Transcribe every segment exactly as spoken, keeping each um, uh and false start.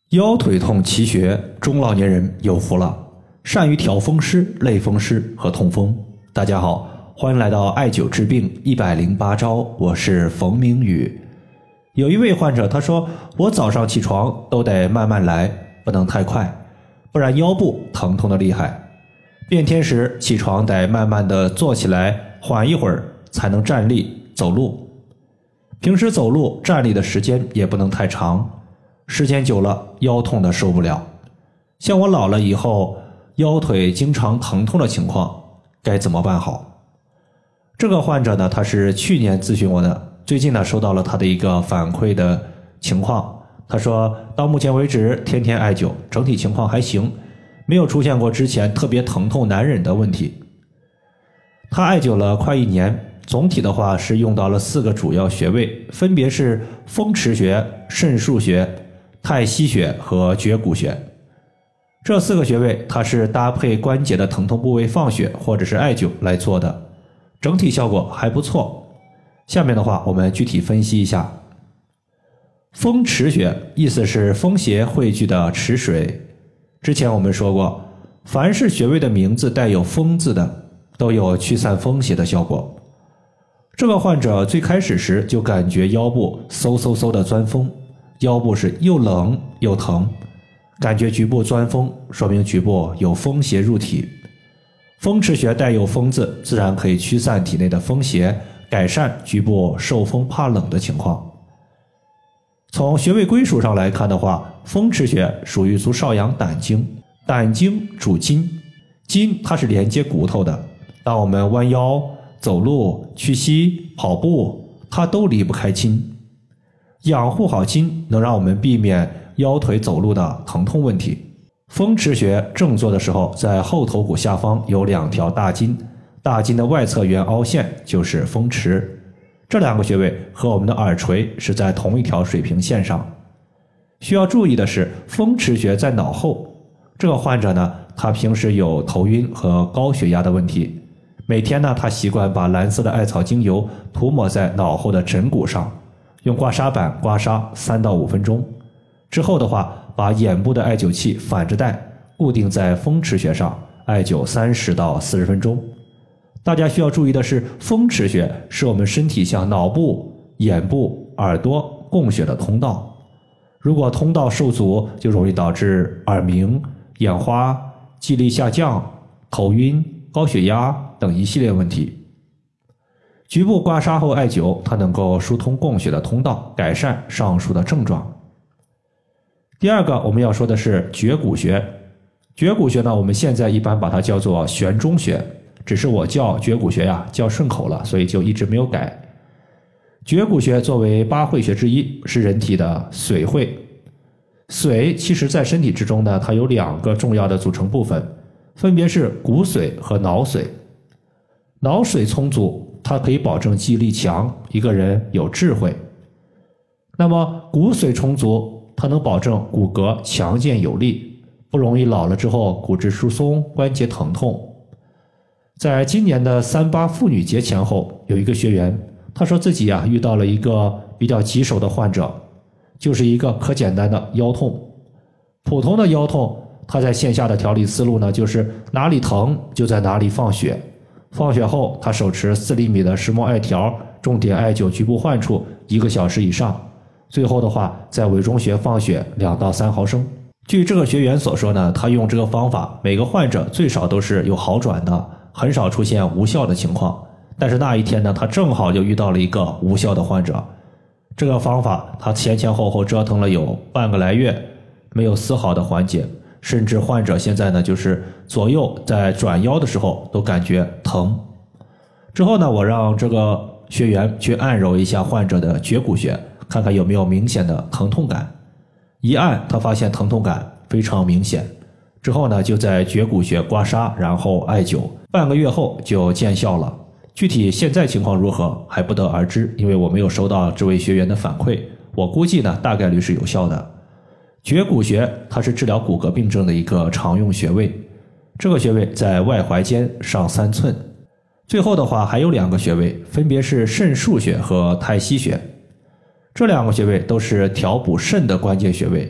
腰腿痛奇穴，中老年人有福了。善于调风湿、类风湿和痛风。大家好，欢迎来到艾灸治病一百零八招，我是冯明宇。有一位患者他说，我早上起床都得慢慢来，不能太快，不然腰部疼痛的厉害。变天时起床得慢慢的坐起来，缓一会儿才能站立走路。平时走路站立的时间也不能太长，时间久了腰痛的受不了。像我老了以后腰腿经常疼痛的情况该怎么办好？这个患者呢，他是去年咨询我的，最近呢收到了他的一个反馈的情况。他说到目前为止天天艾灸，整体情况还行，没有出现过之前特别疼痛难忍的问题。他艾灸了快一年，总体的话是用到了四个主要穴位，分别是风池穴、肾腧穴、太溪穴和绝骨穴。这四个穴位它是搭配关节的疼痛部位放血或者是艾灸来做的，整体效果还不错。下面的话我们具体分析一下。风池穴意思是风邪汇聚的池水。之前我们说过，凡是穴位的名字带有风字的都有驱散风邪的效果。这个患者最开始时就感觉腰部嗖嗖嗖的钻风，腰部是又冷又疼，感觉局部钻风，说明局部有风邪入体。风池穴带有风字，自然可以驱散体内的风邪，改善局部受风怕冷的情况。从穴位归属上来看的话，风池穴属于足少阳胆经，胆经主筋，筋它是连接骨头的，当我们弯腰、走路、屈膝、跑步，它都离不开筋。养护好筋，能让我们避免腰腿走路的疼痛问题。风池穴正坐的时候，在后头骨下方有两条大筋，大筋的外侧缘凹陷就是风池。这两个穴位和我们的耳垂是在同一条水平线上。需要注意的是，风池穴在脑后。这个患者呢，他平时有头晕和高血压的问题，每天呢，他习惯把蓝色的艾草精油涂抹在脑后的枕骨上，用刮痧板刮痧三到五分钟。之后的话，把眼部的艾灸器反着戴，固定在风池穴上，艾灸三十到四十分钟。大家需要注意的是，风池穴是我们身体向脑部、眼部、耳朵供血的通道。如果通道受阻，就容易导致耳鸣、眼花、记忆力下降、头晕、高血压等一系列问题。局部刮痧后艾灸，它能够疏通供血的通道，改善上述的症状。第二个我们要说的是绝骨穴。绝骨穴呢，我们现在一般把它叫做悬中穴，只是我叫绝骨穴呀，叫顺口了，所以就一直没有改。绝骨穴作为八会穴之一，是人体的髓会。髓其实在身体之中呢，它有两个重要的组成部分，分别是骨髓和脑髓。脑髓充足，它可以保证记忆力强，一个人有智慧。那么骨髓充足，它能保证骨骼强健有力，不容易老了之后骨质疏松、关节疼痛。在今年的三八妇女节前后，有一个学员，他说自己啊遇到了一个比较棘手的患者，就是一个可简单的腰痛。普通的腰痛，他在线下的调理思路呢，就是哪里疼就在哪里放血。放血后，他手持四厘米的石墨艾条，重点艾灸局部患处一个小时以上。最后的话，在委中穴放血两到三毫升。据这个学员所说呢，他用这个方法，每个患者最少都是有好转的，很少出现无效的情况。但是那一天呢，他正好就遇到了一个无效的患者。这个方法他前前后后折腾了有半个来月，没有丝毫的缓解，甚至患者现在呢，就是左右在转腰的时候都感觉疼。之后呢，我让这个学员去按揉一下患者的绝骨穴，看看有没有明显的疼痛感。一按，他发现疼痛感非常明显。之后呢，就在绝骨穴刮痧，然后艾灸，半个月后就见效了。具体现在情况如何还不得而知，因为我没有收到这位学员的反馈，我估计呢大概率是有效的。绝骨穴它是治疗骨骼病症的一个常用穴位，这个穴位在外踝尖上三寸。最后的话还有两个穴位，分别是肾腧穴和太溪穴。这两个穴位都是调补肾的关键穴位，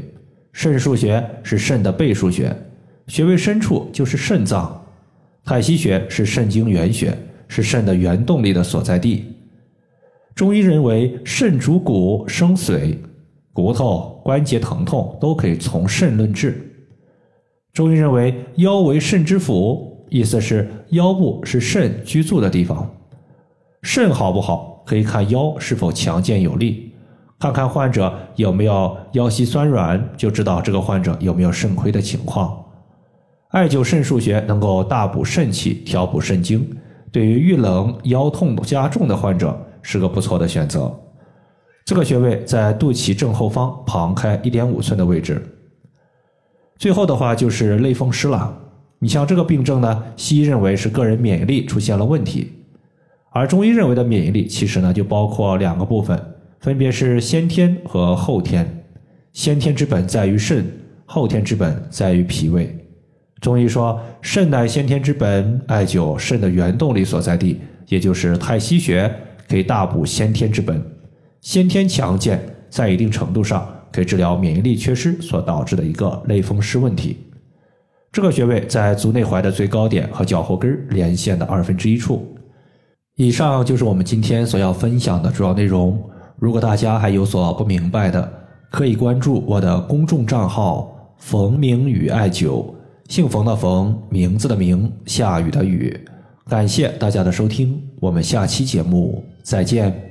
肾腧穴是肾的背腧穴，穴位深处就是肾脏。太溪穴是肾经原穴，是肾的原动力的所在地。中医认为肾主骨生髓，骨头、关节疼痛都可以从肾论治。中医认为腰为肾之府，意思是腰部是肾居住的地方。肾好不好，可以看腰是否强健有力，看看患者有没有腰膝酸软，就知道这个患者有没有肾亏的情况。艾灸肾腧穴能够大补肾气，调补肾经，对于遇冷腰痛加重的患者是个不错的选择。这个穴位在肚脐正后方旁开 一点五寸的位置。最后的话就是类风湿了。你像这个病症呢，西医认为是个人免疫力出现了问题，而中医认为的免疫力其实呢就包括两个部分，分别是先天和后天。先天之本在于肾，后天之本在于脾胃。中医说肾乃先天之本，艾灸肾的原动力所在地，也就是太溪穴，可以大补先天之本。先天强健，在一定程度上可以治疗免疫力缺失所导致的一个类风湿问题。这个穴位在足内踝的最高点和脚后跟连线的二分之一处。以上就是我们今天所要分享的主要内容。如果大家还有所不明白的，可以关注我的公众账号冯明宇艾灸，姓冯的冯，名字的名，下雨的雨。感谢大家的收听，我们下期节目再见。